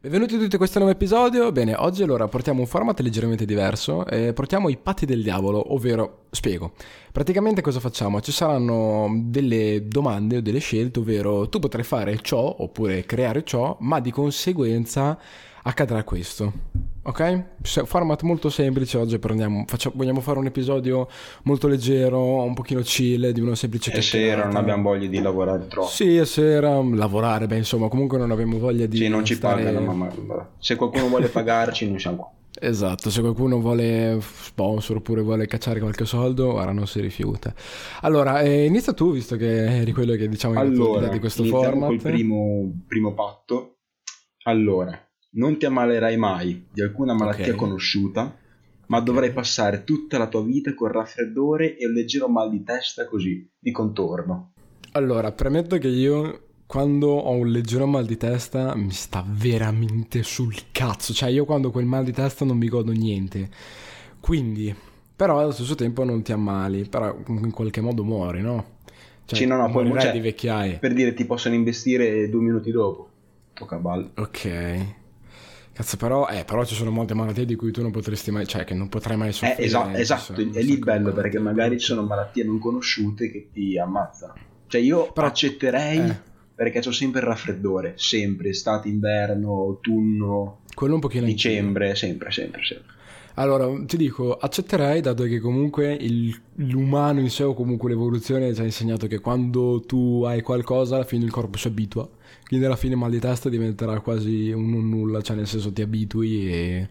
Benvenuti tutti a questo nuovo episodio. Bene, oggi allora portiamo un format leggermente diverso e portiamo i patti del diavolo, ovvero, spiego. Praticamente cosa facciamo? Ci saranno delle domande o delle scelte, ovvero tu potrai fare ciò oppure creare ciò, ma di conseguenza accadrà questo. Ok? Format molto semplice, oggi vogliamo fare un episodio molto leggero, un pochino chill, di una semplice È sera, non abbiamo voglia di lavorare troppo. Sì, è sera, lavorare, beh insomma, comunque non abbiamo voglia di Sì, non ci stare... pagano, ma se qualcuno vuole pagarci, noi siamo qua. Esatto, se qualcuno vuole sponsor oppure vuole cacciare qualche soldo, ora non si rifiuta. Allora, inizia tu, visto che eri quello che diciamo è l'idea di questo iniziamo format. col primo patto. Allora, non ti ammalerai mai di alcuna malattia Ok. conosciuta, ma dovrai passare tutta la tua vita con raffreddore e un leggero mal di testa così, di contorno. Allora, premetto che io quando ho un leggero mal di testa mi sta veramente sul cazzo, cioè io quando ho quel mal di testa non mi godo niente. Quindi, però allo stesso tempo non ti ammali, però in qualche modo muori, no? Cioè, Sì, no, poi morirai di vecchiaia. per dire ti possono investire 2 minuti dopo. Tocca ballo. Ok. Cazzo, però ci sono molte malattie di cui tu non potresti mai, cioè che non potrai mai soffrire. Esatto, è lì il bello perché magari ci sono malattie non conosciute che ti ammazzano. Cioè io Però- accetterei perché c'ho sempre il raffreddore, sempre, estate, inverno, autunno, Quello un pochino anch'io. dicembre, sempre. Allora, ti dico, accetterei, dato che comunque l'umano in sé o comunque l'evoluzione ci ha insegnato che quando tu hai qualcosa, alla fine il corpo si abitua. Quindi alla fine il mal di testa diventerà quasi un non nulla, cioè nel senso ti abitui e...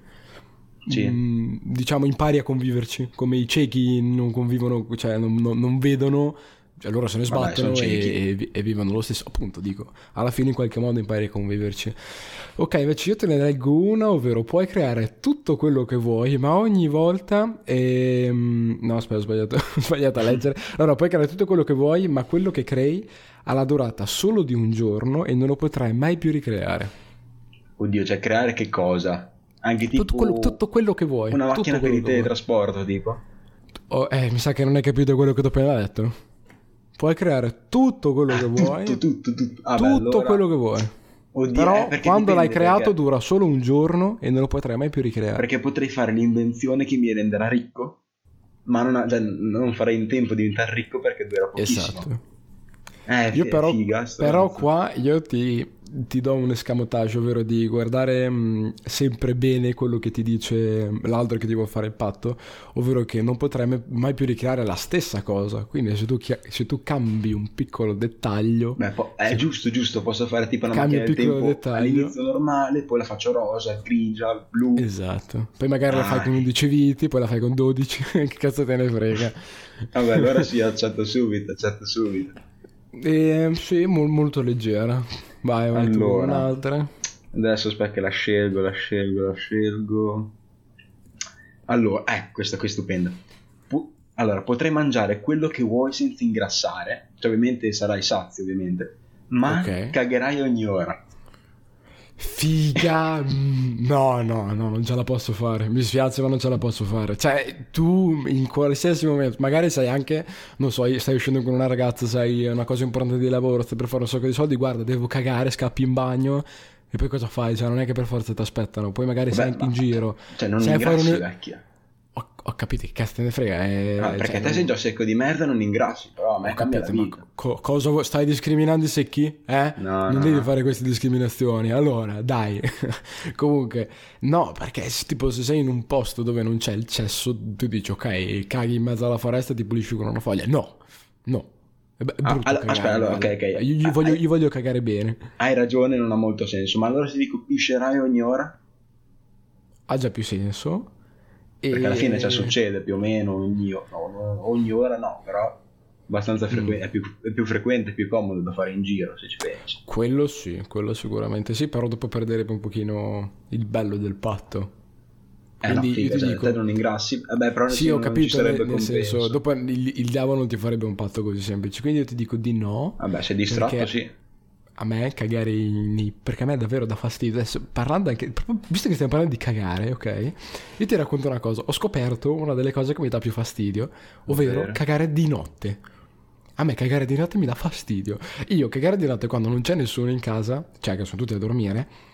Sì. diciamo impari a conviverci, come i ciechi non convivono, cioè non vedono, cioè loro se ne Vabbè, sbattono sono e vivono lo stesso, appunto dico, alla fine in qualche modo impari a conviverci. Ok, invece io te ne leggo una, ovvero puoi creare tutto quello che vuoi, ma ogni volta... no, aspetta, ho sbagliato a leggere. Allora, puoi creare tutto quello che vuoi, ma quello che crei ha la durata solo di un giorno e non lo potrai mai più ricreare. Oddio, cioè creare che cosa? Anche tipo Tutto quello che vuoi. una tutto macchina per quello il che vuoi. teletrasporto, tipo. Oh, mi sa che non hai capito quello che ti ho appena detto. Puoi creare tutto quello che vuoi. Tutto. Ah, beh, Tutto allora... quello che vuoi. Oddio, Però perché quando l'hai dipende, creato perché... dura solo un giorno e non lo potrai mai più ricreare. Perché potrei fare l'invenzione che mi renderà ricco, ma non farei in tempo di diventare ricco perché dura pochissimo. Esatto. Io però, Figa, però qua io ti do un escamotage, ovvero di guardare sempre bene quello che ti dice l'altro che ti vuole fare il patto, ovvero che non potrai mai più ricreare la stessa cosa. Quindi se tu cambi un piccolo dettaglio, Beh, è giusto, posso fare tipo una cambi macchina un del piccolo tempo dettaglio. all'inizio normale, poi la faccio rosa, grigia, blu. Esatto. Poi magari la fai Dai. con 11 viti, poi la fai con 12. Che cazzo te ne frega? Vabbè, allora sì, accetto subito. E, sì, molto leggera. Vai, vai tu, Allora, un'altra. adesso aspetta che la scelgo. Allora, questa qui è stupenda. Allora, potrai mangiare quello che vuoi senza ingrassare, cioè ovviamente sarai sazio, ovviamente, ma Ok. cagherai ogni ora. Figa. No, non ce la posso fare. Mi spiace, ma non ce la posso fare. Cioè, tu in qualsiasi momento, magari sai anche, non so, stai uscendo con una ragazza, sai una cosa importante di lavoro, stai per fare un sacco di soldi, guarda, devo cagare, scappi in bagno. E poi cosa fai? Cioè, non è che per forza ti aspettano. Poi magari sei Vabbè, anche in giro. cioè non Sai fare ingrassi, un... vecchia. Ho capito, che cazzo te ne frega. Perché Cioè, te sei già secco di merda, non ingrassi, però a me ho cambia la capito, ma vita. cosa stai discriminando i secchi? No, Non no, devi no. fare queste discriminazioni. Allora, dai. Comunque, no, perché tipo se sei in un posto dove non c'è il cesso, tu dici ok, caghi in mezzo alla foresta e ti pulisci con una foglia. No. È brutto cagare, Aspetta, allora, guarda. ok. Io voglio cagare bene. Hai ragione, non ha molto senso, ma allora se dico piscerai ogni ora? Ha già più senso. Perché alla fine cioè, succede più o meno ogni ora no, però abbastanza frequente, è più frequente, più comodo da fare in giro se ci pensi. Quello sì, quello sicuramente sì, però dopo perderebbe un pochino il bello del patto. No, Quindi figa, io ti cioè, dico, te non ingrassi, vabbè, però sì, ho non ci capito, sarebbe nel senso, compenso. dopo il diavolo non ti farebbe un patto così semplice, quindi io ti dico di no, Vabbè, sei distratto, perché sì. a me cagare perché a me davvero dà fastidio. Adesso parlando anche, proprio, visto che stiamo parlando di cagare, ok? Io ti racconto una cosa, ho scoperto una delle cose che mi dà più fastidio, ovvero Ovvero? cagare di notte. A me cagare di notte mi dà fastidio. Io cagare di notte quando non c'è nessuno in casa, cioè che sono tutti a dormire,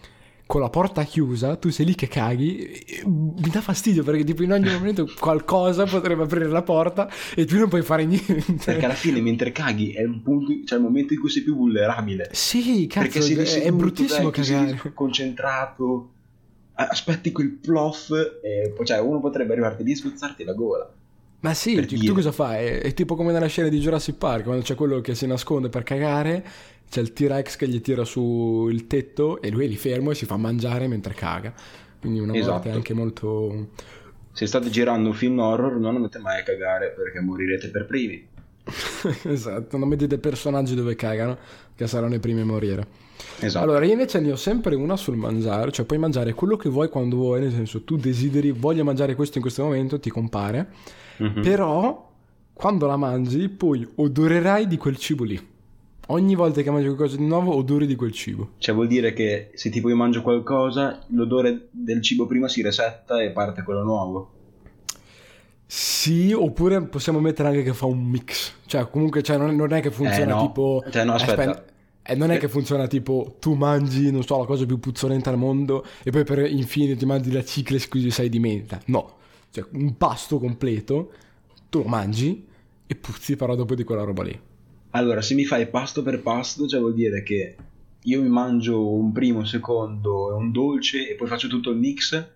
con la porta chiusa, tu sei lì che caghi, e mi dà fastidio perché tipo in ogni momento qualcosa potrebbe aprire la porta e tu non puoi fare niente. Perché alla fine mentre caghi è un punto, cioè il momento in cui sei più vulnerabile. Sì, cazzo, perché sei è bruttissimo cagare. Sei concentrato, aspetti quel plof e cioè uno potrebbe arrivarti lì e sgozzarti la gola. Ma sì, tu cosa fai? È tipo come nella scena di Jurassic Park, quando c'è quello che si nasconde per cagare, c'è il T-Rex che gli tira su il tetto e lui è lì fermo e si fa mangiare mentre caga. Quindi una morte anche molto... Se state girando un film horror non andate mai a cagare perché morirete per primi. Esatto, non mettete personaggi dove cagano, che saranno i primi a morire. Esatto. Allora, io invece ne ho sempre una sul mangiare, cioè puoi mangiare quello che vuoi quando vuoi, nel senso tu desideri, voglio mangiare questo in questo momento, ti compare, però quando la mangi poi odorerai di quel cibo lì. Ogni volta che mangi qualcosa di nuovo odori di quel cibo. Cioè vuol dire che se tipo io mangio qualcosa, l'odore del cibo prima si resetta e parte quello nuovo. Sì, oppure possiamo mettere anche che fa un mix. Cioè comunque non è che funziona no. tipo... Cioè no, aspetta. Non è che funziona tipo tu mangi, non so, la cosa più puzzolenta al mondo e poi per infine ti mangi la Cicles così sai di menta. No, cioè un pasto completo, tu lo mangi e puzzi però dopo di quella roba lì. Allora, se mi fai pasto per pasto, cioè vuol dire che io mi mangio un primo, un secondo e un dolce e poi faccio tutto il mix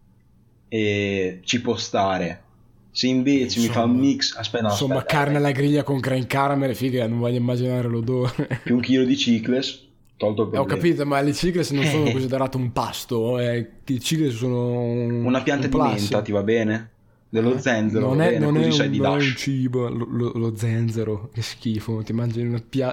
e ci può stare. Se invece mi fa un mix, aspetta, carne alla griglia con creme caramel, figa, non voglio immaginare l'odore. Più un chilo di Cicles, tolto il problema. Ho capito, ma le Cicles non sono considerate un pasto, i Cicles sono una pianta di menta, ti va bene? Dello zenzero, non è un cibo, lo zenzero, che schifo, ti mangi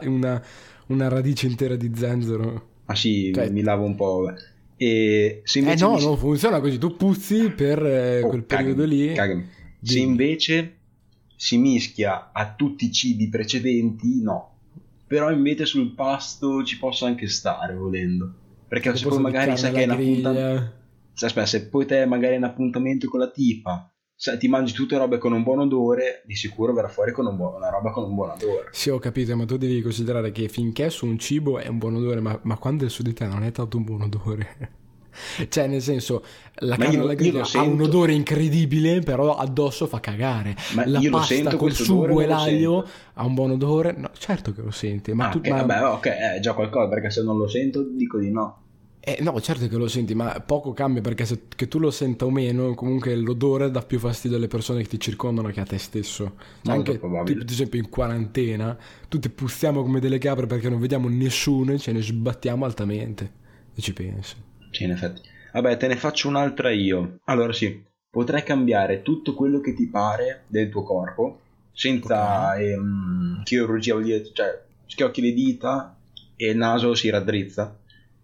una radice intera di zenzero. Ah sì, cioè, mi lavo un po'. E se invece non funziona così, tu puzzi per quel periodo lì. Cagami. Se invece si mischia a tutti i cibi precedenti, no. Però invece sul pasto ci posso anche stare volendo. Perché se poi magari sai che è un appuntamento. Aspetta, se poi te magari è un appuntamento con la tipa, se ti mangi tutte robe con un buon odore, di sicuro verrà fuori con una roba con un buon odore. Sì, ho capito, ma tu devi considerare che finché su un cibo è un buon odore, ma quando è su di te non è tanto un buon odore. Cioè nel senso la carne alla griglia ha un odore incredibile però addosso fa cagare. Ma la io pasta lo sento, col sugo e l'aglio sento. Ha un buon odore. No, certo che lo senti vabbè, ok, è già qualcosa, perché se non lo sento dico di no. No, certo che lo senti, ma poco cambia, perché che tu lo senta o meno, comunque l'odore dà più fastidio alle persone che ti circondano che a te stesso. Anche tipo, ad esempio in quarantena tutti puzziamo come delle capre perché non vediamo nessuno e ce ne sbattiamo altamente, e ci pensi. Sì, in effetti. Vabbè, te ne faccio un'altra io. Allora sì, potrai cambiare tutto quello che ti pare del tuo corpo senza chirurgia, vuol dire, cioè schiocchi le dita e il naso si raddrizza.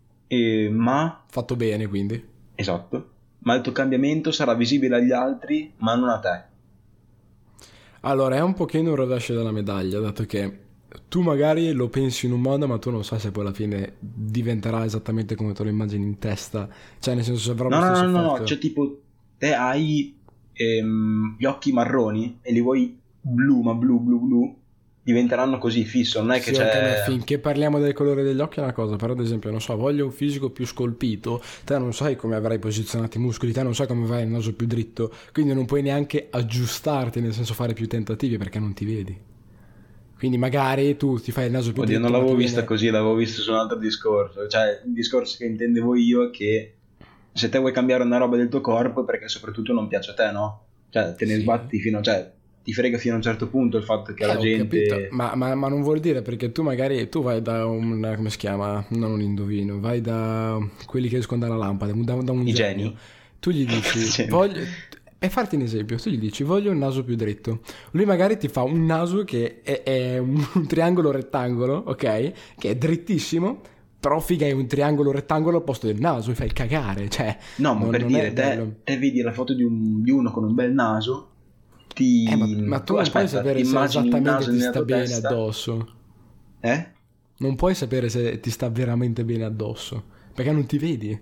Ma fatto bene, quindi. Esatto. Ma il tuo cambiamento sarà visibile agli altri, ma non a te. Allora, è un pochino un rovescio della medaglia, dato che tu magari lo pensi in un modo, ma tu non sai se poi alla fine diventerà esattamente come te lo immagini in testa. Cioè, nel senso, se avrà lo stesso effetto. No, cioè tipo, te hai gli occhi marroni e li vuoi blu, ma blu, diventeranno così fisso, non è che c'è... Finché parliamo del colore degli occhi è una cosa, però ad esempio, non so, voglio un fisico più scolpito, te non sai come avrai posizionati i muscoli, te non sai come avrai il naso più dritto, quindi non puoi neanche aggiustarti, nel senso fare più tentativi perché non ti vedi. Quindi magari tu ti fai il naso più dritto. Non l'avevo vista così, l'avevo vista su un altro discorso. Cioè, il discorso che intendevo io è che se te vuoi cambiare una roba del tuo corpo è perché soprattutto non piace a te, no? Cioè, te ne sbatti cioè, ti frega fino a un certo punto il fatto che la gente... Ma non vuol dire, perché tu magari vai da un... come si chiama? Non un indovino, vai da quelli che escono dalla lampada, da un genio. Tu gli dici, per farti un esempio, tu gli dici voglio un naso più dritto, lui magari ti fa un naso che è un triangolo rettangolo, ok? Che è drittissimo, però figa è un triangolo rettangolo al posto del naso, mi fai cagare, cioè... No, ma per dire, te vedi la foto di uno con un bel naso, ma tu non puoi sapere se esattamente ti sta bene addosso. Non puoi sapere se ti sta veramente bene addosso, perché non ti vedi.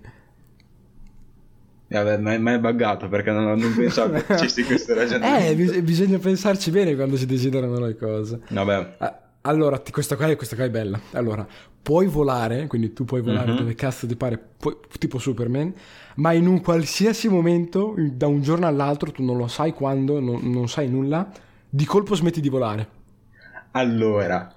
Vabbè, ma è buggato perché non pensavo che facessi questo ragionamento. Bisogna pensarci bene quando si desiderano le cose. Vabbè. Allora, questa qua è bella. Allora, puoi volare, quindi tu puoi volare dove cazzo ti pare, tipo Superman, ma in un qualsiasi momento, da un giorno all'altro, tu non lo sai quando, non sai nulla, di colpo smetti di volare. Allora,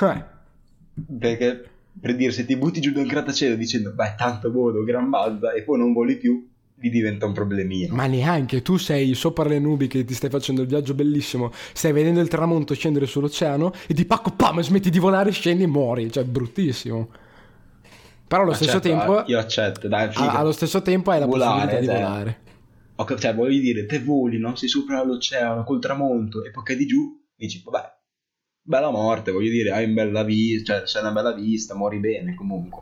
perché per dire, se ti butti giù da un grattacielo dicendo beh tanto volo, gran balza, e poi non voli più, lì diventa un problemino. Ma neanche, tu sei sopra le nubi che ti stai facendo il viaggio bellissimo, stai vedendo il tramonto scendere sull'oceano e di pacco pam, smetti di volare, scendi e muori, cioè bruttissimo. Però allo stesso tempo io accetto, dai, figa. Allo stesso tempo hai la possibilità di volare. Cioè, voglio dire, te voli, no? Sei sopra l'oceano col tramonto e poi cadi giù, dici, vabbè, bella morte, voglio dire, hai una bella vista, cioè, sei una bella vista, muori bene comunque.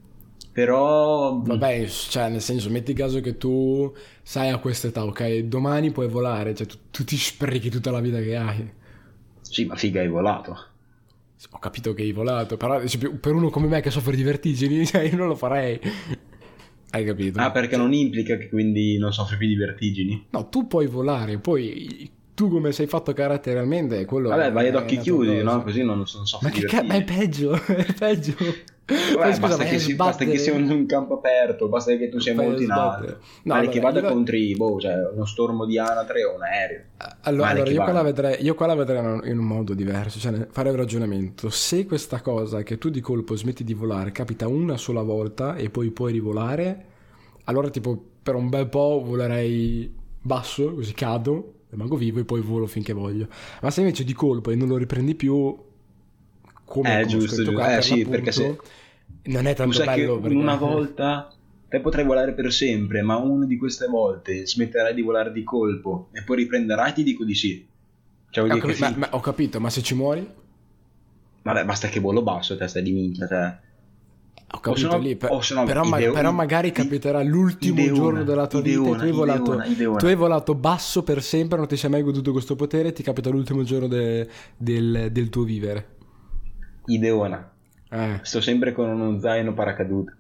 Però... Vabbè, cioè, nel senso, metti caso che tu sai a questa età, ok? Domani puoi volare, cioè tu ti sprechi tutta la vita che hai. Sì, ma figa, hai volato. Ho capito che hai volato, però per uno come me che soffre di vertigini, cioè, io non lo farei. Hai capito? Ah, perché non implica che quindi non soffri più di vertigini? No, tu puoi volare, poi tu come sei fatto caratterialmente, quello... Vabbè, vai ad occhi chiudi, no? Così non soffri di vertigini. Ma è peggio, è peggio. Vabbè, basta che sia un campo aperto, basta che tu sia molto in alto. Male che vada contro cioè uno stormo di anatre o un aereo. Allora io qua la vedrei in un modo diverso, cioè fare un ragionamento. Se questa cosa che tu di colpo smetti di volare capita una sola volta e poi puoi rivolare, allora tipo per un bel po' volerei basso, così cado, rimango vivo e poi volo finché voglio. Ma se invece di colpo e non lo riprendi più, come giusto. Sì, perché se non è tanto bello, perché una volta te potrai volare per sempre, ma una di queste volte smetterai di volare di colpo e poi riprenderai, ti dico di sì. Cioè, ho capito, ma se ci muori? Vabbè, basta che volo basso, testa di minchia, te. Ho capito però magari capiterà l'ultimo giorno della tua vita e tu hai volato basso per sempre, non ti sei mai goduto questo potere, ti capita l'ultimo giorno del tuo vivere. Ideona. Sto sempre con uno zaino paracadute.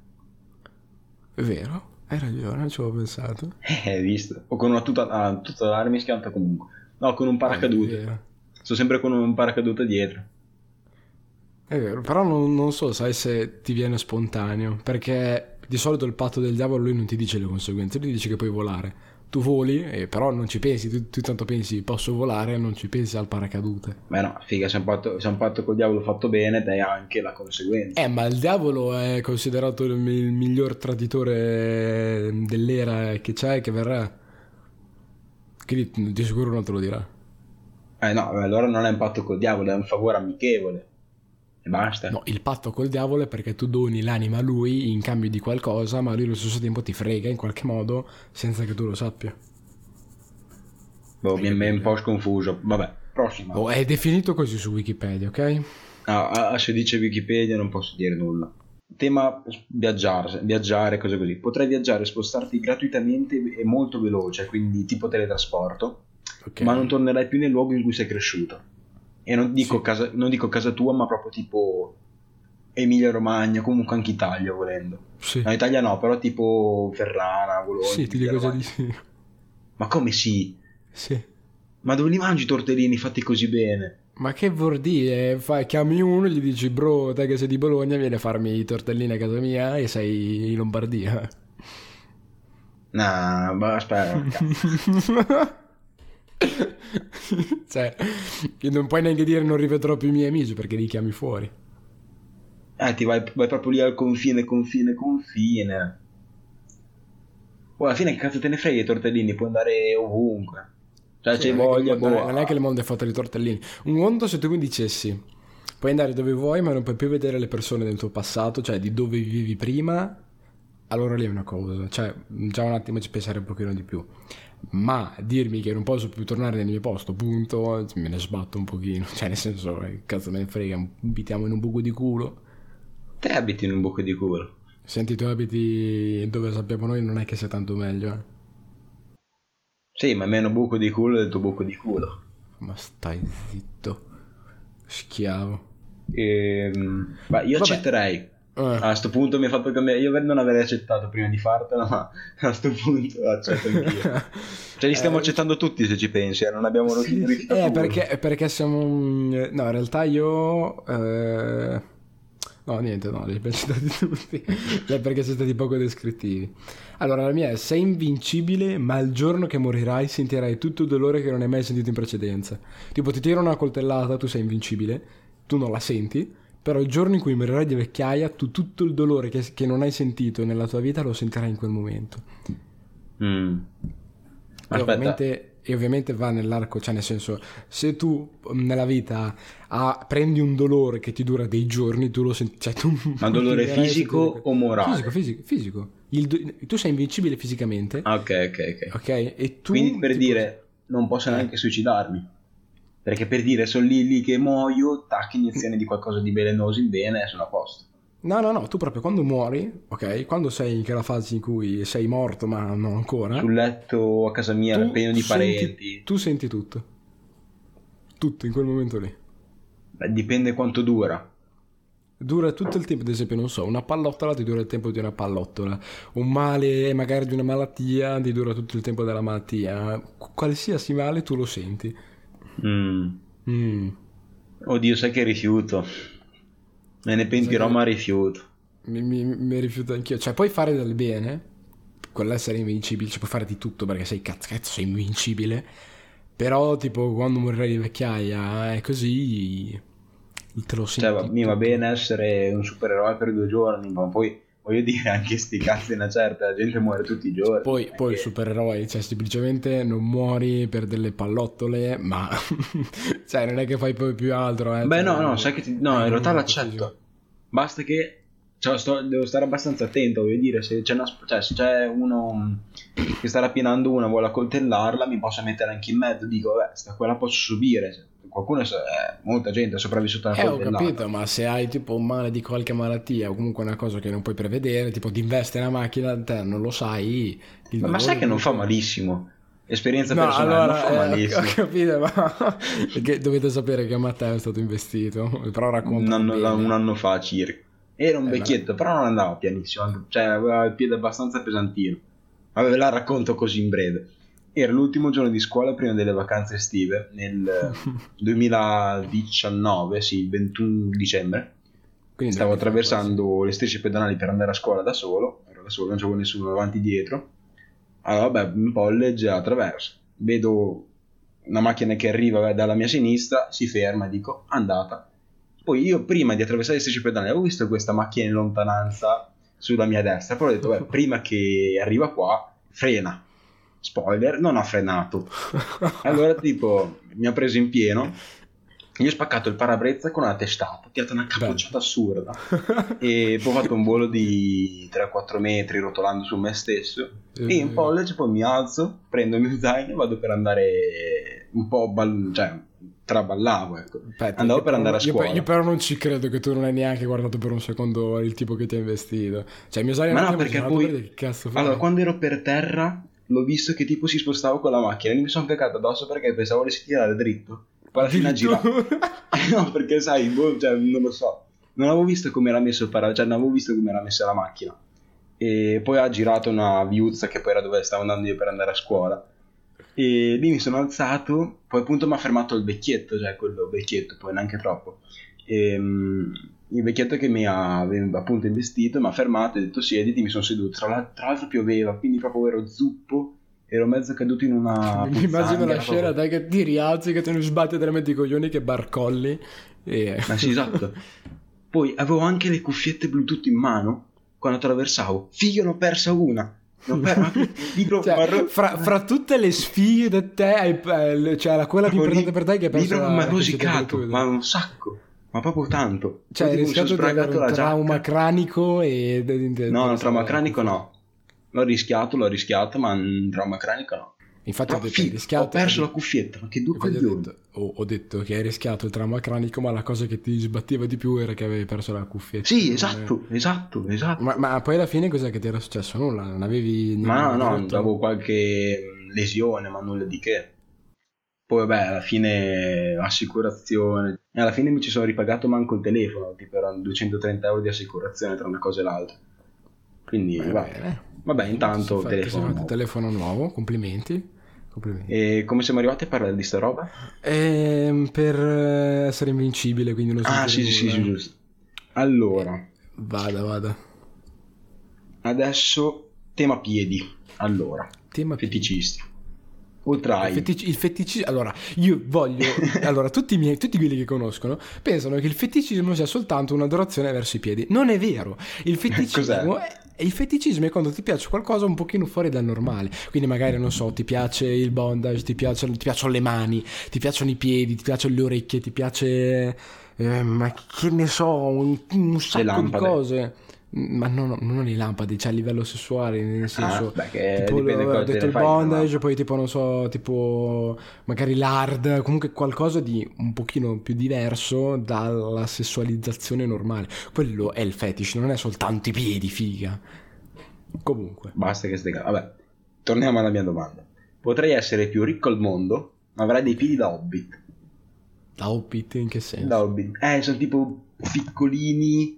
È vero, hai ragione, non ci avevo pensato. Hai visto? O con una tuta l'armi schianta comunque. No, con un paracadute. Sto sempre con un paracadute dietro. È vero, però non so, sai, se ti viene spontaneo, perché di solito il patto del diavolo lui non ti dice le conseguenze, lui ti dice che puoi volare. Tu voli, però non ci pensi, tu tanto pensi posso volare, non ci pensi al paracadute. Beh no, figa, se è un patto col diavolo fatto bene, dai anche la conseguenza. Ma il diavolo è considerato il miglior traditore dell'era che c'è e che verrà. Quindi di sicuro non te lo dirà. No, allora non è un patto col diavolo, è un favore amichevole. E basta. No, il patto col diavolo è perché tu doni l'anima a lui in cambio di qualcosa, ma lui allo stesso tempo ti frega in qualche modo senza che tu lo sappia. Mi è un po' sconfuso. Vabbè, prossima. È definito così su Wikipedia, ok? Se dice Wikipedia non posso dire nulla. Tema viaggiare, cose così. Potrai viaggiare e spostarti gratuitamente e molto veloce, quindi tipo teletrasporto, okay. Ma non tornerai più nel luogo in cui sei cresciuto. E non dico casa tua, ma proprio tipo Emilia Romagna, comunque anche Italia volendo. Sì. No, Italia no, però tipo Ferrara, Bologna. Sì, ti dico già di sì. Ma come sì? Sì. Ma dove li mangi i tortellini fatti così bene? Ma che vuol dire? Chiami uno e gli dici bro, te che sei di Bologna vieni a farmi i tortellini a casa mia e sei in Lombardia. Nah, ma aspetta. Cioè, non puoi neanche dire non rivedrò più i miei amici perché li chiami fuori. Ti vai proprio lì al confine. Alla fine che cazzo te ne frega i tortellini, puoi andare ovunque. Cioè c'è voglia. Non è che il mondo è fatto di tortellini. Un conto se tu mi dicessi puoi andare dove vuoi ma non puoi più vedere le persone del tuo passato, cioè di dove vivi prima, allora lì è una cosa, cioè già un attimo ci pensare un pochino di più. Ma dirmi che non posso più tornare nel mio posto, punto, me ne sbatto un pochino. Cioè nel senso, cazzo me ne frega, abitiamo in un buco di culo. Te abiti in un buco di culo. Senti, tu abiti dove sappiamo noi, non è che sia tanto meglio, Sì, ma è meno buco di culo del tuo buco di culo. Ma stai zitto, schiavo. Ma io accetterei A sto punto mi ha fatto cambiare. Io non avrei accettato prima di fartela, ma a sto punto accetto anch'io. Cioè li stiamo accettando tutti, se ci pensi, non abbiamo rifiutato perché siamo no, in realtà io no, niente, no, li abbiamo accettati tutti. Perché siete stati poco descrittivi. Allora, la mia è: sei invincibile, ma il giorno che morirai sentirai tutto il dolore che non hai mai sentito in precedenza. Tipo, ti tiro una coltellata, tu sei invincibile, tu non la senti, però il giorno in cui morirai di vecchiaia, tu tutto il dolore che non hai sentito nella tua vita lo sentirai in quel momento. E ovviamente va nell'arco, cioè nel senso, se tu nella vita prendi un dolore che ti dura dei giorni, tu lo senti, cioè tu ma dolore fisico o morale? Fisico. Tu sei invincibile fisicamente. Ok. E tu, quindi per dire non posso neanche suicidarmi, perché per dire sono lì che muoio, tac, iniezione di qualcosa di velenoso in vena e sono a posto. No, tu proprio quando muori, ok, quando sei in quella fase in cui sei morto ma non ancora, sul letto a casa mia pieno di parenti, tu senti tutto in quel momento lì. Beh, dipende quanto dura tutto il tempo. Ad esempio, non so, una pallottola ti dura il tempo di una pallottola, un male magari di una malattia ti dura tutto il tempo della malattia, qualsiasi male tu lo senti. Oddio, sai che rifiuto, me ne pentirò, ma rifiuto. Mi rifiuto anch'io. Cioè, puoi fare del bene con l'essere invincibile, cioè puoi fare di tutto perché sei cazzo, sei invincibile, però tipo quando morirai di vecchiaia è così, te lo senti. Cioè, mi va bene essere un supereroe per 2 giorni, ma poi voglio dire, anche sti cazzi una certa, la gente muore tutti i giorni. Poi il supereroe, cioè semplicemente non muori per delle pallottole, ma cioè non è che fai poi più altro. Beh, cioè, no, sai che no, in realtà l'accetto. Basta che devo stare abbastanza attento, voglio dire, se c'è uno che sta rapinando una, vuole accoltellarla, mi posso mettere anche in mezzo, dico, sta quella posso subire. Qualcuno, molta gente è sopravvissuta a una coltellata. Ho capito, ma se hai tipo un male di qualche malattia o comunque una cosa che non puoi prevedere, tipo ti investe una macchina, te non lo sai. Ma sai che non fa malissimo? Esperienza personale, non fa malissimo. Ho capito, ma perché dovete sapere che Matteo è stato investito, però racconta un anno fa circa. Era un vecchietto, però non andava pianissimo, cioè aveva il piede abbastanza pesantino. Vabbè, ve la racconto così in breve. Era l'ultimo giorno di scuola prima delle vacanze estive, nel 2019, sì, il 21 dicembre. Quindi stavo attraversando le strisce pedonali per andare a scuola da solo, ero da solo, non c'avevo nessuno avanti e dietro. Allora, vabbè, un college attraverso, vedo una macchina che arriva dalla mia sinistra, si ferma, dico, andata. Poi io prima di attraversare le strisce pedonali avevo visto questa macchina in lontananza sulla mia destra, poi ho detto, prima che arriva qua, frena. Spoiler, non ha frenato. Allora tipo mi ha preso in pieno, gli ho spaccato il parabrezza con una testata, ho tirato una capocciata assurda e poi ho fatto un volo di 3-4 metri rotolando su me stesso e in college poi mi alzo, prendo il mio zaino e vado per andare un po' traballavo, ecco. Aspetta, andavo per andare a scuola. Io però non ci credo che tu non hai neanche guardato per un secondo il tipo che ti ha investito. Cioè, mio zaino. Ma no, perché poi allora quando ero per terra l'ho visto che tipo si spostava con la macchina e mi sono cagato addosso perché pensavo volessi tirare dritto, poi alla fine ha girato. No, perché sai, non lo so, non avevo visto come era messo non avevo visto come era messa la macchina e poi ha girato una viuzza che poi era dove stavo andando io per andare a scuola e lì mi sono alzato, poi appunto mi ha fermato il vecchietto, cioè quello vecchietto, poi neanche troppo, il vecchietto che mi ha appunto investito mi ha fermato e ha detto siediti, mi sono seduto, tra l'altro pioveva, quindi proprio ero zuppo, ero mezzo caduto in una mi immagino la scena, dai, che ti rialzi, che te ne sbatti veramente i coglioni, che barcolli ma sì, esatto. Poi avevo anche le cuffiette Bluetooth in mano quando attraversavo, figlio, ne ho persa una. Fra tutte le sfighe di te cioè quella più importante per te che hai perso mi ha rosicato, ma un sacco, ma proprio tanto, cioè hai rischiato di avere un trauma cranico no, un trauma cranico no, l'ho rischiato ma un trauma cranico no. Infatti ho perso la cuffietta, ma che due coglioni. Ho detto che hai rischiato il trauma cranico, ma la cosa che ti sbatteva di più era che avevi perso la cuffietta. Sì, esatto. Ma poi alla fine cos'è che ti era successo? Nulla? Non avevi... Ma no, avevo qualche lesione, ma nulla di che. Poi vabbè, alla fine assicurazione. E alla fine mi ci sono ripagato manco il telefono, tipo erano 230 euro di assicurazione tra una cosa e l'altra. Quindi vabbè, intanto telefono nuovo, complimenti. E come siamo arrivati a parlare di sta roba? Per essere invincibile, quindi non so. Ah, sì, giusto. Allora, vada. Adesso tema piedi. Allora, tema feticisti. Potrai il feticismo. Allora, io voglio. Allora, tutti quelli che conoscono pensano che il feticismo sia soltanto un'adorazione verso i piedi. Non è vero. Il feticismo è quando ti piace qualcosa un pochino fuori dal normale. Quindi magari, non so, ti piace il bondage, ti piacciono le mani, ti piacciono i piedi, ti piacciono le orecchie, ti piace ma che ne so, un sacco di cose. Ma non le lampade, cioè a livello sessuale, nel senso tipo ho detto il bondage, poi tipo non so, tipo magari l'hard, comunque qualcosa di un pochino più diverso dalla sessualizzazione normale. Quello è il fetish, non è soltanto i piedi, figa. Comunque basta che vabbè, torniamo alla mia domanda. Potrei essere più ricco al mondo, ma avrai dei piedi da hobbit. Da hobbit in che senso? Da hobbit, sono tipo piccolini,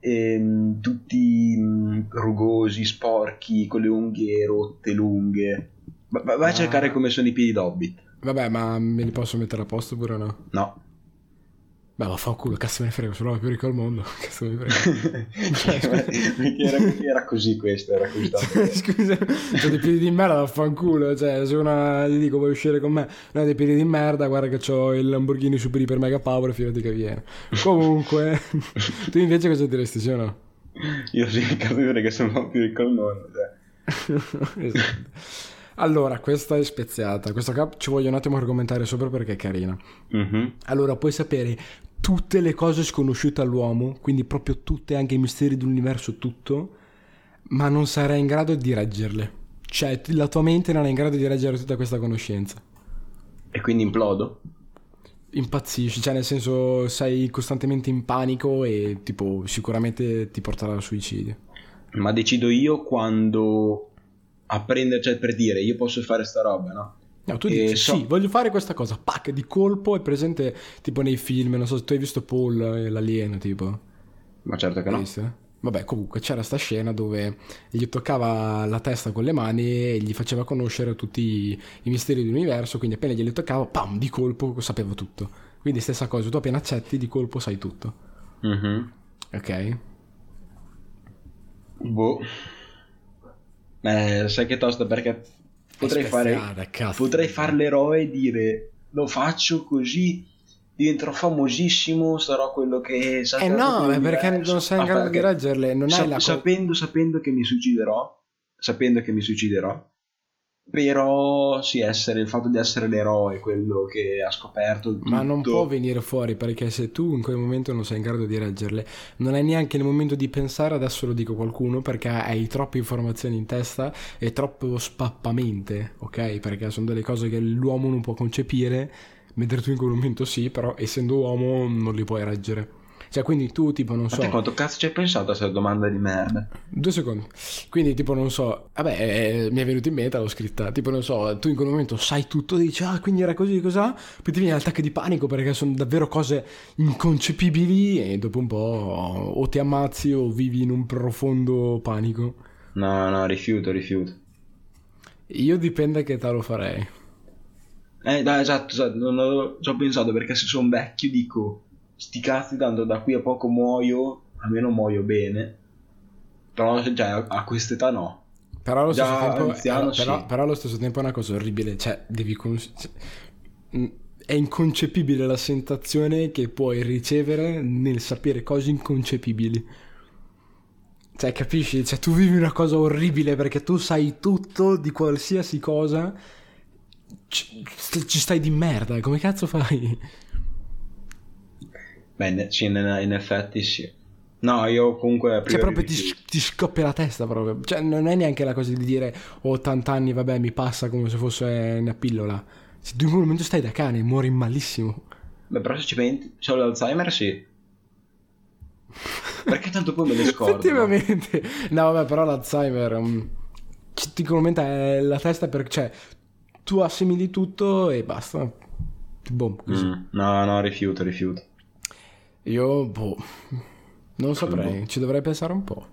tutti rugosi, sporchi, con le unghie rotte, lunghe. Vai a cercare come sono i piedi da hobbit. Vabbè, ma me li posso mettere a posto pure o no? No. Beh, vaffanculo, cazzo me ne frega, sono più ricco al mondo. Cazzo me ne frega. era così questo, era così tanto. Scusa, ho dei piedi di merda, vaffanculo. Cioè, se una gli dico vuoi uscire con me, no, dei piedi di merda, guarda che ho il Lamborghini Super Iper Mega Power, fidati che viene. Comunque, tu invece cosa diresti, sì o no? Io sì, capire che sono più ricco al mondo, cioè. Esatto. Allora, questa è speziata. Questa qua ci voglio un attimo argomentare sopra perché è carina. Allora, puoi sapere tutte le cose sconosciute all'uomo, quindi proprio tutte, anche i misteri dell'universo, tutto, ma non sarai in grado di reggerle. Cioè, la tua mente non è in grado di reggere tutta questa conoscenza. E quindi implodo? Impazzisci, cioè nel senso sei costantemente in panico e tipo sicuramente ti porterà al suicidio. Ma decido io quando apprendere, cioè per dire io posso fare sta roba, no? No, tu dici sì, voglio fare questa cosa, pac, di colpo. È presente tipo nei film, non so se tu hai visto Paul, l'alieno tipo. Ma certo che no. Vabbè, comunque c'era sta scena dove gli toccava la testa con le mani e gli faceva conoscere tutti i misteri dell'universo, quindi appena glieli toccava, pam, di colpo sapeva tutto. Quindi stessa cosa, tu appena accetti di colpo sai tutto. Ok? Boh. Sai che tosta, perché potrei fare l'eroe e dire lo faccio così diventerò famosissimo, sarò quello che no, perché non sei in grado di reggerle, non hai la sapendo che mi suiciderò, però sì, il fatto di essere l'eroe, quello che ha scoperto tutto. Ma non può venire fuori, perché se tu in quel momento non sei in grado di reggerle, non hai neanche il momento di pensare, adesso lo dico a qualcuno, perché hai troppe informazioni in testa e troppo spappamente, ok? Perché sono delle cose che l'uomo non può concepire, mentre tu in quel momento sì, però essendo uomo non li puoi reggere. Cioè, quindi tu tipo non so. Ma te quanto cazzo ci hai pensato a questa domanda di merda? 2 secondi. Quindi tipo non so. Vabbè, mi è venuto in mente, l'ho scritta. Tipo non so, tu in quel momento sai tutto, dici quindi era così, cos'ha? Poi ti viene l'attacco di panico perché sono davvero cose inconcepibili e dopo un po' o ti ammazzi o vivi in un profondo panico. No, rifiuto. Io dipende che te lo farei. Dai, esatto, non ci ho pensato, perché se sono vecchio dico sti cazzi, tanto da qui a poco muoio, almeno muoio bene, però cioè, a quest'età no. Però allo stesso tempo anziano, però allo stesso tempo è una cosa orribile, cioè è inconcepibile la sensazione che puoi ricevere nel sapere cose inconcepibili. Cioè, capisci? Cioè, tu vivi una cosa orribile perché tu sai tutto di qualsiasi cosa, ci stai di merda, come cazzo fai? Beh, sì, in effetti sì. No, io comunque cioè proprio ti scoppia la testa proprio. Cioè non è neanche la cosa di dire ho 80 anni, vabbè, mi passa come se fosse una pillola. Se tu in quel momento stai da cane, muori malissimo. Beh, però se ci pensi, c'ho l'Alzheimer, sì. Perché tanto poi me ne scordo. Effettivamente. No, vabbè, però l'Alzheimer ti commenta la testa, cioè tu assimili tutto e basta. Boom, così. No, rifiuto. Io, non saprei, ci dovrei pensare un po'.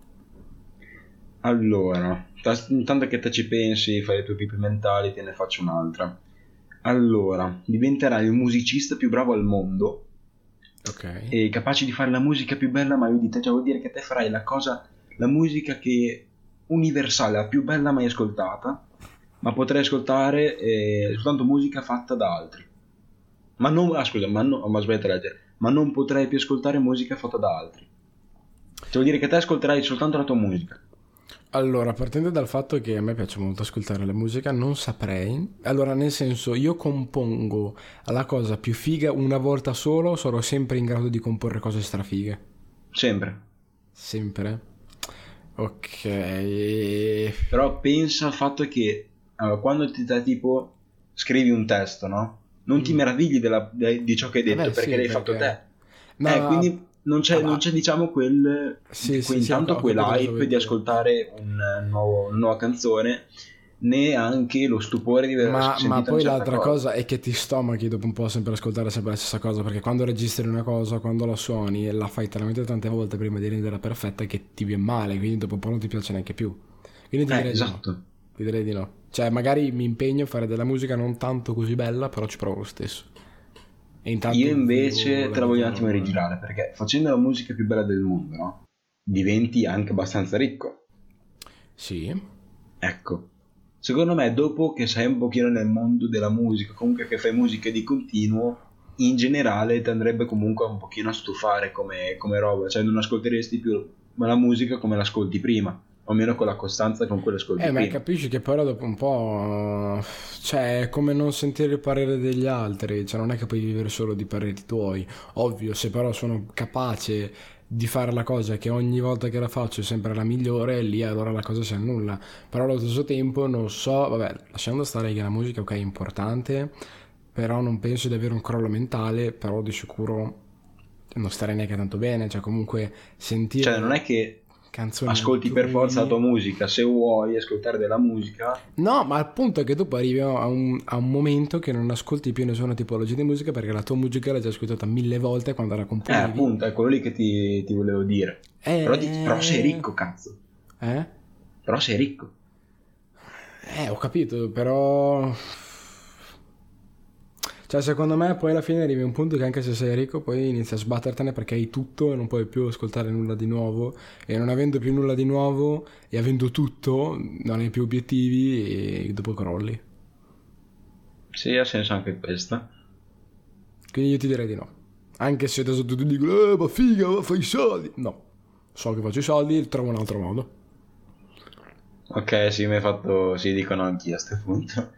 Allora, intanto che te ci pensi, fai le tue pippe mentali, te ne faccio un'altra. Allora, diventerai il musicista più bravo al mondo, Ok. e capace di fare la musica più bella mai udita. Cioè vuol dire che te farai la musica che universale, la più bella mai ascoltata, ma potrai ascoltare soltanto musica fatta da altri. Ma non, scusa, ma sbagliato a leggere. Ma non potrai più ascoltare musica fatta da altri. Cioè vuol dire che te ascolterai soltanto la tua musica. Allora, partendo dal fatto che a me piace molto ascoltare la musica, non saprei. Allora, nel senso, io compongo la cosa più figa una volta solo, sarò sempre in grado di comporre cose strafighe. Sempre. Sempre. Ok. Però pensa al fatto che quando ti dai tipo scrivi un testo, no? Non ti meravigli di ciò che hai detto, Beh, perché sì, l'hai fatto te. No, Quindi non c'è diciamo sì, intanto ho capito cosa vuoi quell'hype di dire. ascoltare una nuova canzone, né anche lo stupore di aver Ma sentito una poi certa l'altra cosa. cosa è che ti stomachi dopo un po' sempre ascoltare sempre la stessa cosa, perché quando registri una cosa, quando la suoni, la fai talmente tante volte prima di renderla perfetta che ti viene male, quindi dopo un po' non ti piace neanche più. Quindi ti direi di no. Esatto. Ti direi di no. Cioè, magari mi impegno a fare della musica non tanto così bella, però ci provo lo stesso. E Io intanto vivo invece la te la voglio vita un attimo normale. rigirare, perché facendo la musica più bella del mondo, no? Diventi anche abbastanza ricco. Sì. Ecco, secondo me dopo che sei un pochino nel mondo della musica, comunque che fai musica di continuo, in generale ti andrebbe comunque un pochino a stufare come roba, cioè non ascolteresti più la musica come l'ascolti prima, o almeno con la costanza con cui l'ascolti Ma prima. capisci che però dopo un po', cioè, è come non sentire il parere degli altri, cioè non è che puoi vivere solo di pareri tuoi. Ovvio, se però sono capace di fare la cosa che ogni volta che la faccio è sempre la migliore, lì allora la cosa si annulla. Però allo stesso tempo non so, vabbè, lasciando stare che la musica ok è importante, però non penso di avere un crollo mentale, però di sicuro non starei neanche tanto bene, cioè comunque Cioè non sentire è che canzoni ascolti per forza la tua altrui. musica, se vuoi ascoltare della musica, No, ma il punto è che dopo arrivi a un momento che non ascolti più nessuna tipologia di musica perché la tua musica l'hai già ascoltata 1000 volte quando la componevi. appunto, è quello lì che ti volevo dire. Però sei Eh, ricco, cazzo. eh? Però sei ricco. Ho capito, però. Cioè, secondo me poi alla fine arrivi a un punto che anche se sei ricco poi inizi a sbattertene perché hai tutto e non puoi più ascoltare nulla di nuovo. E non avendo più nulla di nuovo e avendo tutto, non hai più obiettivi e dopo crolli. Sì, ha senso anche questa. Quindi io ti direi di no. Anche se adesso tutti dicono, ma figa, ma fai i soldi. No, so che faccio i soldi, trovo un altro modo. Ok, sì, mi hai fatto. Sì, dicono anch'io a questo punto.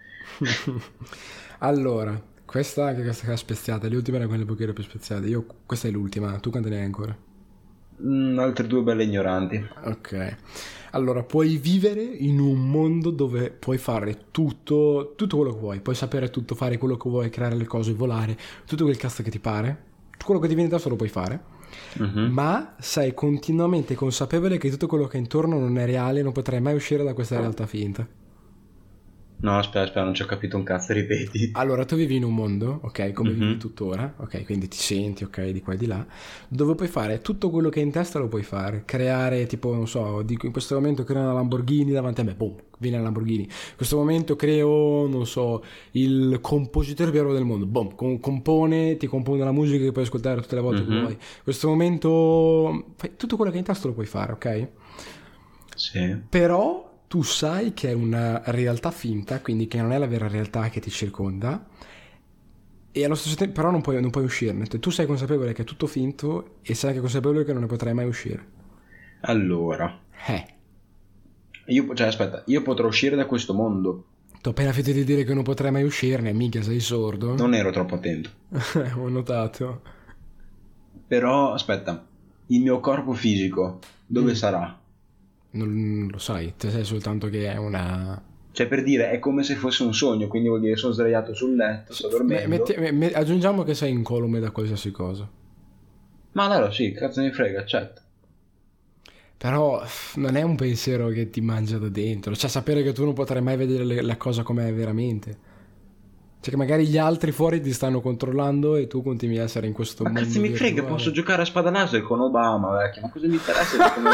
Allora, questa è speziata, le ultime erano quelle poche più speziate. Questa è l'ultima, tu quante ne hai ancora? Altre due belle ignoranti. Ok. Allora, puoi vivere in un mondo dove puoi fare tutto quello che vuoi, puoi sapere tutto, fare quello che vuoi, creare le cose, volare, tutto quel cazzo che ti pare, tutto quello che ti viene da solo puoi fare, Mhm. ma sei continuamente consapevole che tutto quello che è intorno non è reale e non potrai mai uscire da questa realtà finta. No, aspetta, non ci ho capito un cazzo, ripeti. Allora, tu vivi in un mondo, ok, come vivi Mhm. tuttora, ok, quindi ti senti, ok, di qua e di là, dove puoi fare tutto quello che hai in testa lo puoi fare, creare, tipo, non so, dico in questo momento creo una Lamborghini davanti a me, boom, viene la Lamborghini. In questo momento creo, non so, il compositore più bravo del mondo, boom, ti compone la musica che puoi ascoltare tutte le volte che vuoi. Mhm. In questo momento fai tutto quello che hai in testa lo puoi fare, ok? Sì. Però tu sai che è una realtà finta, quindi che non è la vera realtà che ti circonda, e allo stesso tempo però non puoi uscirne. Tu sei consapevole che è tutto finto e sei anche consapevole che non ne potrai mai uscire. Allora, Eh, cioè, aspetta, io potrò uscire da questo mondo. T'ho appena finito di dire che non potrai mai uscirne, minchia sei sordo? Non ero troppo attento. Ho notato. Però, aspetta, il mio corpo fisico, dove sarà? Non lo sai, te sai soltanto che è una. Cioè, per dire, è come se fosse un sogno, quindi vuol dire che sono sdraiato sul letto, sto dormendo. Aggiungiamo che sei incolume da qualsiasi cosa. Ma allora sì, cazzo mi frega, accetto. Però non è un pensiero che ti mangia da dentro. Cioè, sapere che tu non potrai mai vedere la cosa com'è veramente. Cioè che magari gli altri fuori ti stanno controllando e tu continui a essere in questo Ma mondo cazzo mi frega, virtuale. posso giocare a spada laser con Obama, vecchio. Ma cosa mi interessa come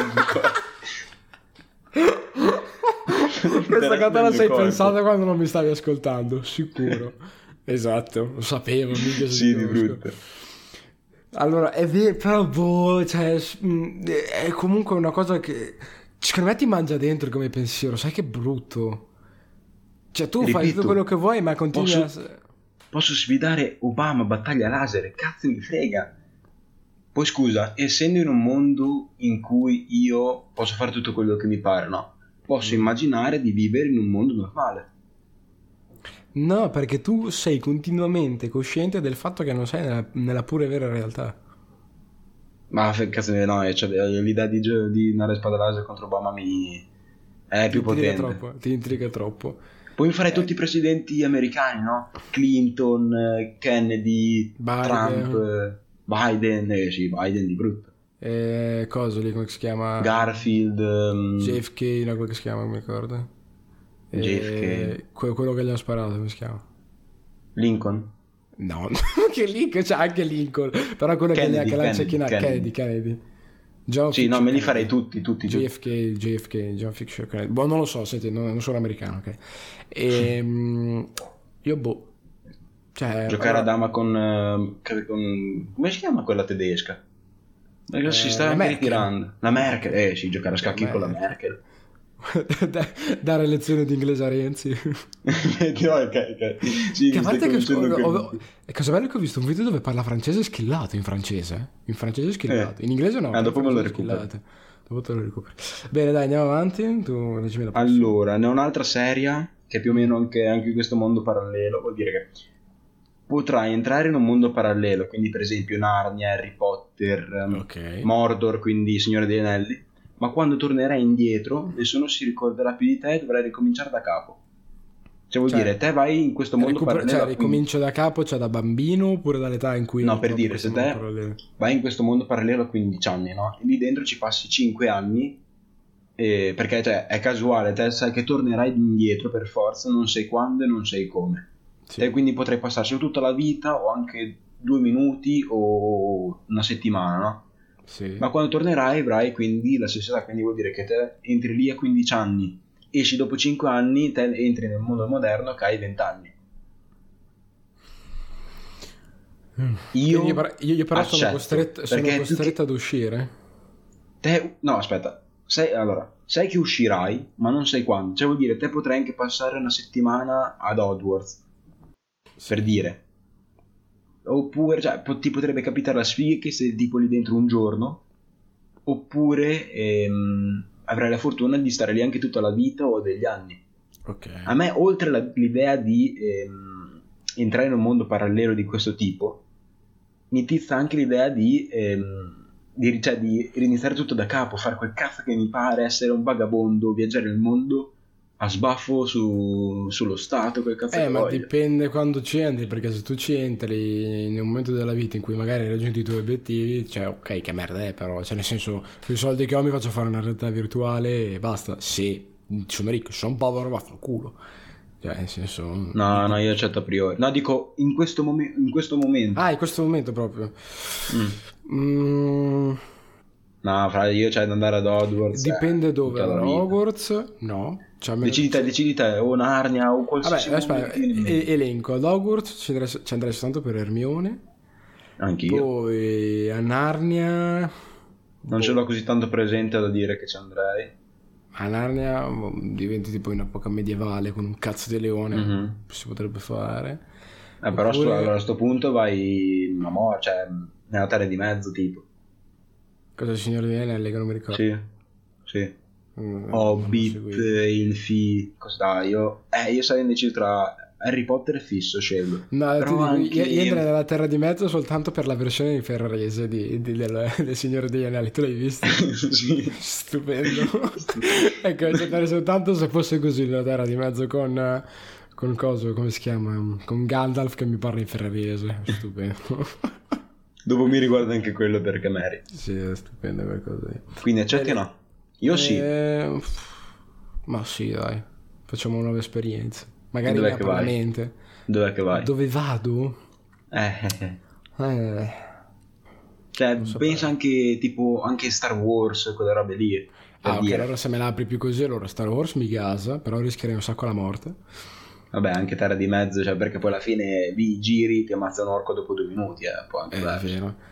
Questa cosa la sei pensata quando non mi stavi ascoltando, sicuro. Esatto, lo sapevo, mica sì, di brutto. Allora, è vero, però boh, cioè, è comunque una cosa che secondo me ti mangia dentro come pensiero, sai che brutto. Cioè tu fai tutto quello che vuoi ma continui posso sfidare Obama a battaglia laser, cazzo mi frega. Poi scusa, essendo in un mondo in cui io posso fare tutto quello che mi pare, no? Posso immaginare di vivere in un mondo normale. No, perché tu sei continuamente cosciente del fatto che non sei nella pura e vera realtà. Ma cazzo no, cioè, l'idea di andare a spada laser contro Obama è più potente. Ti intriga troppo. Poi mi farei tutti i presidenti americani, no? Clinton, Kennedy, Trump, Biden, sì, Biden di brutto. Cosa lì, come si chiama? Garfield, JFK, no, come si chiama, non mi ricordo. JFK. Quello che gli hanno sparato, come si chiama? Lincoln? No, che Lincoln, c'è anche Lincoln, però quello Kennedy, che l'ha cecchinato, Kennedy. John sì, no, me li farei tutti. JFK, John Fisher Kennedy. Boh, non lo so, senti, non sono americano, ok. Io boh. Cioè, giocare a dama con come si chiama quella tedesca? Si sta anche ritirando. La Merkel, sì, giocare a scacchi con la Merkel. Dare lezioni di inglese a Renzi. Sì, che a parte che cosa bello che ho visto un video dove parla francese schillato in francese. In francese schillato. In inglese no. Dopo me lo recupero. Dopo te lo recuperi. Bene, dai, andiamo avanti. Tu leggimi la prossima. Allora, ne ho un'altra seria che più o meno anche in questo mondo parallelo. Vuol dire che potrai entrare in un mondo parallelo, quindi per esempio Narnia, Harry Potter, Mordor, quindi Signore degli Anelli. Ma quando tornerai indietro, nessuno si ricorderà più di te e dovrai ricominciare da capo. Cioè vuol dire, te vai in questo mondo parallelo. Cioè ricomincio da capo, cioè da bambino oppure dall'età in cui... No, per dire, se te vai in questo mondo parallelo a 15 anni, no? E lì dentro ci passi 5 anni, perché cioè, è casuale, te sai che tornerai indietro per forza, non sai quando e non sai come. Sì. Te quindi potrai passarci tutta la vita o anche 2 minuti o una settimana, no? Sì. Ma quando tornerai avrai quindi la stessa età, quindi vuol dire che te entri lì a 15 anni, esci dopo 5 anni, te entri nel mondo moderno che hai 20 anni. Io però sono costretto ad uscire. No, aspetta, sai che uscirai, ma non sai quando. Cioè vuol dire, te potrai anche passare una settimana ad Hogwarts, per dire. Oppure, cioè, ti potrebbe capitare la sfiga che sei tipo lì dentro un giorno, oppure avrai la fortuna di stare lì anche tutta la vita o degli anni. A me, oltre l'idea di entrare in un mondo parallelo di questo tipo, mi tizza anche l'idea di riniziare tutto da capo, fare quel cazzo che mi pare, essere un vagabondo, viaggiare nel mondo a sbaffo sullo stato, quel cazzo che ma voglio. dipende quando ci entri, perché se tu ci entri in un momento della vita in cui magari hai raggiunto i tuoi obiettivi, cioè ok, che merda è, però, cioè nel senso, con i soldi che ho mi faccio fare una realtà virtuale e basta. Se sono ricco, sono povero, vaffanculo. Cioè nel senso... No, io accetto a priori. No, dico in questo momento. Ah, in questo momento proprio. No, fra io c'è da andare ad Hogwarts. Dipende dove. Hogwarts, no. Cioè, decidi te, o Narnia o qualsiasi. Vabbè, aspetta, elenco. Ad Hogwarts ci andrei soltanto per Hermione. Anch'io. Poi a Narnia non ce l'ho così tanto presente da dire che ci andrei. A Narnia diventi tipo in epoca medievale con un cazzo di leone. Si potrebbe fare. Però a sto punto vai cioè nella terra di mezzo tipo. Cosa il Signore degli Anelli che non mi ricordo. Sì. Hobbit, Ilfi, cosa io sarei indeciso tra Harry Potter e fisso, scelgo. No, io andrei nella terra di mezzo soltanto per la versione in ferrarese del Signore degli Anelli. Tu l'hai visto? Sì. Stupendo. Ecco, ci andrei soltanto se fosse così nella terra di mezzo con coso, come si chiama? Con Gandalf che mi parla in ferrarese. Stupendo. Dopo mi riguarda anche quello perché meriti. Sì, è stupendo qualcosa lì. Quindi accetti o no? Io sì. Ma sì, dai. Facciamo una nuova esperienza. Magari mi apro la mente. Dov'è che vai? Dove vado? Cioè, pensa anche tipo anche Star Wars, quelle robe lì. Ok, allora se me la apri più così, allora Star Wars mi gasa, però rischierei un sacco la morte. Vabbè, anche Terra di Mezzo, cioè, perché poi alla fine vi giri, ti ammazza un orco dopo 2 minuti, può anche darsi. È vero.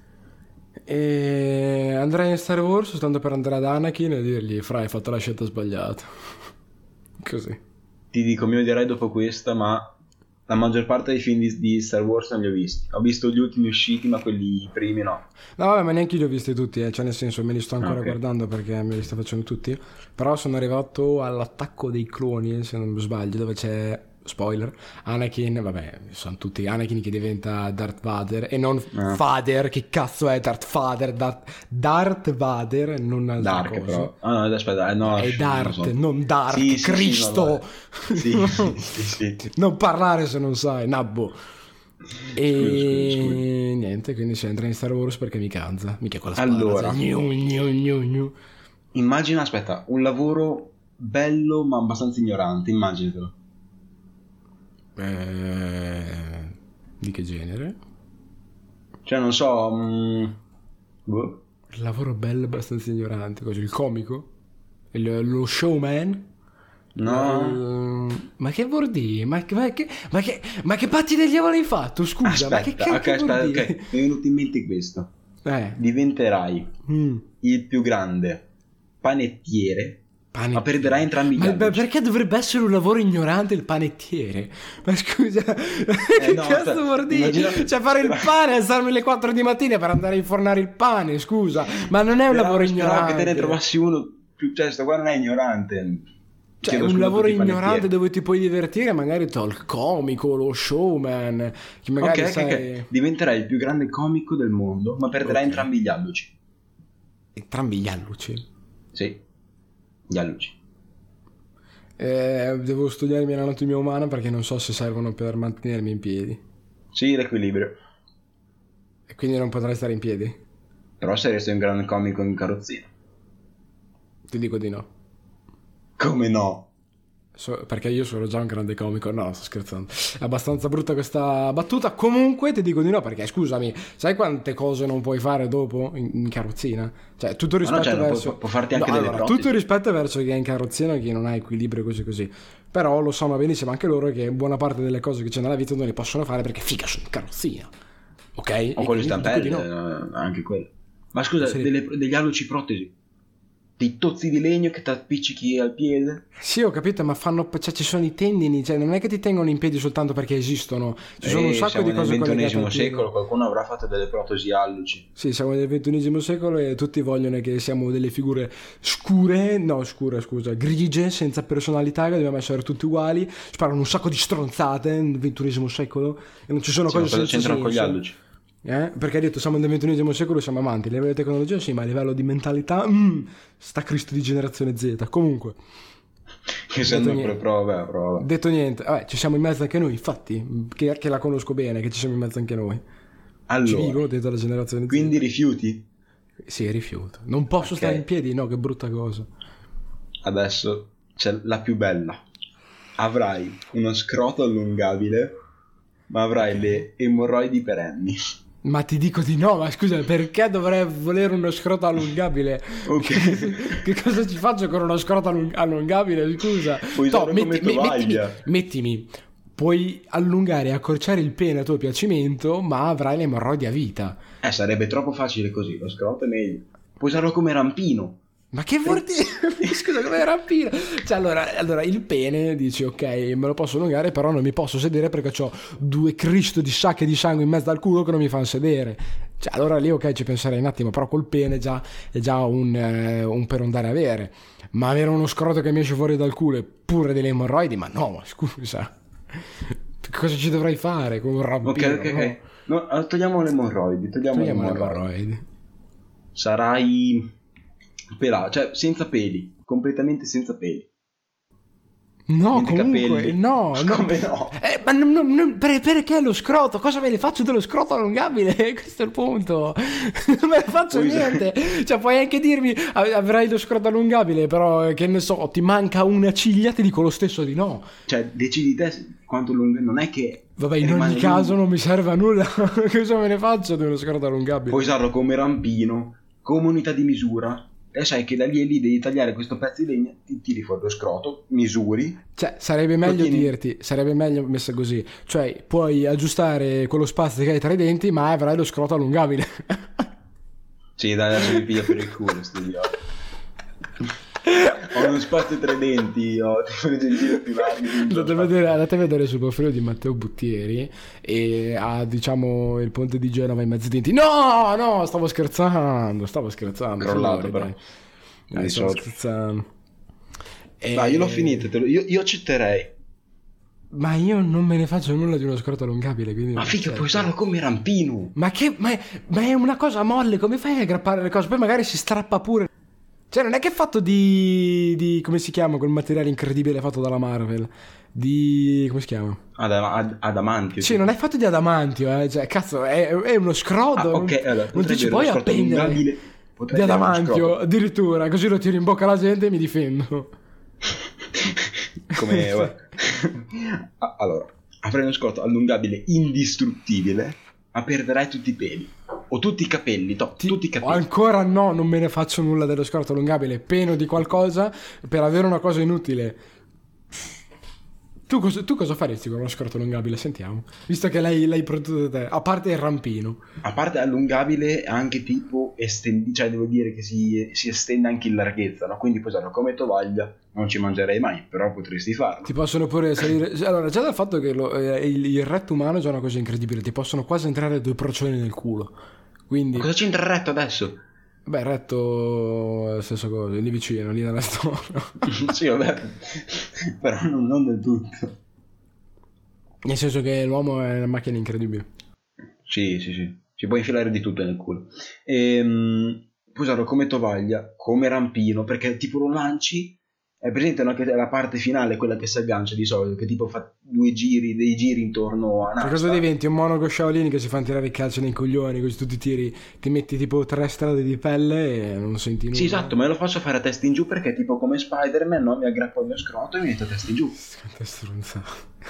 E andrei in Star Wars soltanto per andare ad Anakin e dirgli: Fra, hai fatto la scelta sbagliata. Così. Ti dico, mi odierai dopo questa, ma la maggior parte dei film di Star Wars non li ho visti. Ho visto gli ultimi usciti, ma quelli primi no. No, vabbè, ma neanche li ho visti tutti, cioè nel senso me li sto ancora guardando perché me li sto facendo tutti. Però sono arrivato all'attacco dei cloni, se non sbaglio, dove c'è, spoiler, Anakin, vabbè, sono tutti Anakin che diventa Darth Vader e non Vader, che cazzo è Darth Vader? Darth Vader, non altra Dark, cosa. però. Ah no, aspetta, no. È Darth, non Darth, sì, Cristo! Sì, sì. Non parlare se non sai, nabbo. E Scusi. niente, quindi si entra in Star Wars perché mi cansa. Mica con la spada. Allora, immagina, aspetta, un lavoro bello ma abbastanza ignorante, immaginatelo. Di che genere? Cioè, non so. Boh. Lavoro bello abbastanza ignorante. Cosa? Il comico? Lo showman? No. Ma che vuol dire? Ma che patti del diavolo hai fatto? Scusa, Aspetta, ma che cazzo vuol dire? ok, mi è venuto in mente questo. Eh. Diventerai il più grande panettiere. Ma perderai entrambi gli Ma perché dovrebbe essere un lavoro ignorante il panettiere? Ma scusa, che no, cazzo vuol dire? Cioè fare il pane e alzarmi alle 4 di mattina per andare a infornare il pane, scusa. Ma non è un lavoro ignorante. Che te ne trovassi uno più... Cioè, sto qua non è ignorante. Cioè, un lavoro ignorante dove ti puoi divertire, magari il comico, lo showman. Che magari ok. Diventerai il più grande comico del mondo, ma perderai entrambi gli alluci. Entrambi gli alluci? Sì. Gli alluci. Devo studiarmi l'anatomia umana perché non so se servono per mantenermi in piedi. Sì, l'equilibrio. E quindi non potrai stare in piedi? Però saresti un grande comico in carrozzina. Ti dico di no. Come no? Perché io sono già un grande comico. No, sto scherzando. È abbastanza brutta questa battuta. Comunque ti dico di no perché, scusami, sai quante cose non puoi fare dopo in carrozzina? Cioè, tutto il rispetto verso... può farti anche delle protesi. Tutto il rispetto verso chi è in carrozzina e chi non ha equilibrio così. Però lo sanno benissimo anche loro che buona parte delle cose che c'è nella vita non le possono fare perché figa sono in carrozzina. Ok? O con le stampelle, anche quello. Ma scusa, degli alluci protesi? Dei tozzi di legno che ti appiccichi al piede? Sì, ho capito, ma ci sono i tendini, cioè non è che ti tengono in piedi soltanto perché esistono, ci sono un sacco di cose collegate. Nel XXI secolo qualcuno avrà fatto delle protesi alluci. Sì, siamo nel XXI secolo e tutti vogliono che siamo delle figure grigie, senza personalità, che dobbiamo essere tutti uguali, sparano un sacco di stronzate nel XXI secolo e non ci sono cose senza senso. Con gli alluci? Perché hai detto siamo nel XXI secolo, siamo avanti a livello di tecnologia sì, ma a livello di mentalità sta Cristo di generazione Z. Comunque che sempre prova. Detto niente, vabbè, ci siamo in mezzo anche noi, infatti che la conosco bene, che ci siamo in mezzo anche noi. Allora, ci vivo dentro la generazione Z. Quindi rifiuti? Sì, rifiuto. Non posso stare in piedi, no, che brutta cosa. Adesso c'è la più bella. Avrai uno scroto allungabile, ma avrai le emorroidi perenni. Ma ti dico di no, ma scusa, perché dovrei volere uno scroto allungabile? Ok. Che cosa ci faccio con uno scroto allungabile? Scusa. Mettimi. Puoi allungare e accorciare il pene a tuo piacimento, ma avrai le emorroidi a vita. Sarebbe troppo facile così, lo scroto è meglio. Puoi usarlo come rampino. Ma che vuol dire? Scusa, come rampino? Cioè, allora, il pene, dici, ok, me lo posso allungare, però non mi posso sedere perché ho 2 Cristo di sacche di sangue in mezzo al culo che non mi fanno sedere. Cioè, allora lì, ok, ci penserei un attimo, però col pene è già un per andare a avere. Ma avere uno scroto che mi esce fuori dal culo e pure delle emorroidi, ma no, scusa. Cosa ci dovrei fare con un rampino? Ok. No, togliamo le emorroidi. Togliamo le emorroidi. Sarai... pelato, cioè senza peli, completamente senza peli. No, niente comunque, capelli. no. Come no? Ma perché lo scroto? Cosa me ne faccio dello scroto allungabile? Questo è il punto. Non me ne faccio niente. Cioè, puoi anche dirmi, avrai lo scroto allungabile, però, che ne so, ti manca una ciglia, ti dico lo stesso di no. Cioè, decidi te quanto lungo, non è che... Vabbè, in ogni caso non mi serve a nulla. Cosa me ne faccio dello scroto allungabile? Puoi usarlo come rampino, come unità di misura. E sai che da lì e lì devi tagliare questo pezzo di legno, ti tiri fuori lo scroto, misuri. Cioè, sarebbe meglio messa così. Cioè, puoi aggiustare quello spazio che hai tra i denti, ma avrai lo scroto allungabile. Sì, dai, adesso mi piglia per il culo, sto idiota. Ho uno spazio tra i denti, ho le gengive più larghe. Andate a vedere sul profilo di Matteo Buttieri e ha, diciamo, il ponte di Genova in mezzo ai denti. No, stavo scherzando. Crollato, però. Stavo scherzando. Dai, io l'ho finito, io accetterei. Ma io non me ne faccio nulla di uno scroto allungabile, quindi... Ma figa, puoi usarlo come rampino. Ma è una cosa molle, come fai a aggrappare le cose? Poi magari si strappa pure. Cioè, non è che è fatto di come si chiama quel materiale incredibile fatto dalla Marvel? Come si chiama? Adamantio. Sì, non è fatto di adamantio, Cioè, cazzo, è uno scroto. Ok, allora, non ti ci puoi appendere. Di adamantio, addirittura. Così lo tiro in bocca alla gente e mi difendo. Come... Allora, avrai uno scroto allungabile indistruttibile, ma perderai tutti i peli. O tutti i capelli, tutti i capelli. Ancora no, non me ne faccio nulla dello scroto allungabile. Peno di qualcosa per avere una cosa inutile. Tu cosa faresti con uno scroto allungabile? Sentiamo. Visto che l'hai prodotto da te. A parte il rampino. A parte allungabile, anche tipo cioè devo dire che si estende anche in larghezza, no? Quindi puoi usarlo come tovaglia. Non ci mangerei mai, però potresti farlo. Ti possono pure salire... Allora, già dal fatto che il retto umano è già una cosa incredibile. Ti possono quasi entrare 2 procioni nel culo. Quindi... Ma cosa c'entra il retto adesso? Beh, retto, stessa cosa, lì vicino, lì nella storia. Sì, vabbè, però non del tutto. Nel senso che l'uomo è una macchina incredibile. Sì, ci puoi infilare di tutto nel culo. Puoi usarlo come tovaglia, come rampino, perché tipo lo lanci. È presente, no, che è la parte finale, quella che si aggancia di solito, che tipo fa dei giri intorno a Che cosa diventi? Un monaco Shaolin che si fa tirare il calcio nei coglioni, così tu ti metti tipo 3 strade di pelle e non senti nulla. Sì, esatto, ma io lo faccio fare a testa in giù perché tipo come Spider-Man, no? Mi aggrappo al mio scroto e mi metto a testa in giù. Che stronza.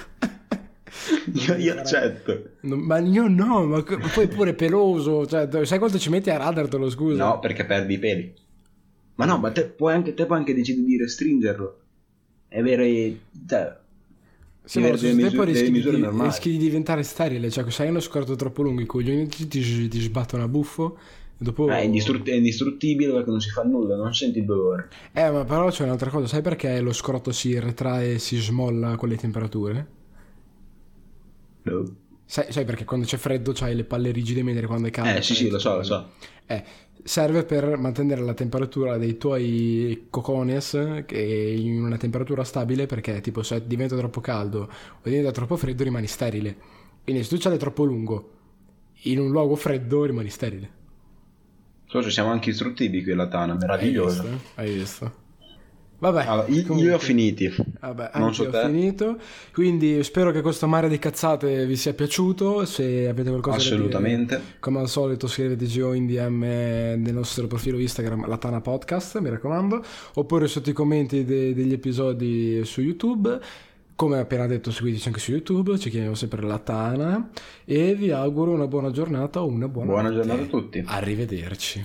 Io accetto. Ma io no, ma poi pure peloso, cioè, sai quanto ci metti a radartelo, scusa? No, perché perdi i peli. Ma no, ma te puoi anche decidere di restringerlo e avere... Sì, ma sul tempo rischi di diventare sterile, cioè se hai uno scroto troppo lungo i coglioni ti sbattono a buffo e dopo... È indistruttibile perché non si fa nulla, non senti il dolore. Ma però c'è un'altra cosa, sai perché lo scroto si retrae e si smolla con le temperature? No. Sai perché quando c'è freddo c'hai le palle rigide mentre quando è caldo... Sì, lo so. Serve per mantenere la temperatura dei tuoi cocones che in una temperatura stabile, perché tipo se diventa troppo caldo o diventa troppo freddo rimani sterile. Quindi se tu c'hai troppo lungo in un luogo freddo rimani sterile. Forse siamo anche istruttivi qui alla Tana, meraviglioso. Hai visto? Vabbè, allora, io ho finiti. Vabbè, anche io ho finito. Quindi spero che questo mare di cazzate vi sia piaciuto. Se avete qualcosa assolutamente da dire, come al solito scriveteci o in DM nel nostro profilo Instagram, la Tana Podcast, mi raccomando, oppure sotto i commenti degli episodi su YouTube. Come appena detto, seguiteci anche su YouTube, ci chiamiamo sempre la Tana e vi auguro una buona giornata o una buona notte. Giornata a tutti. Arrivederci.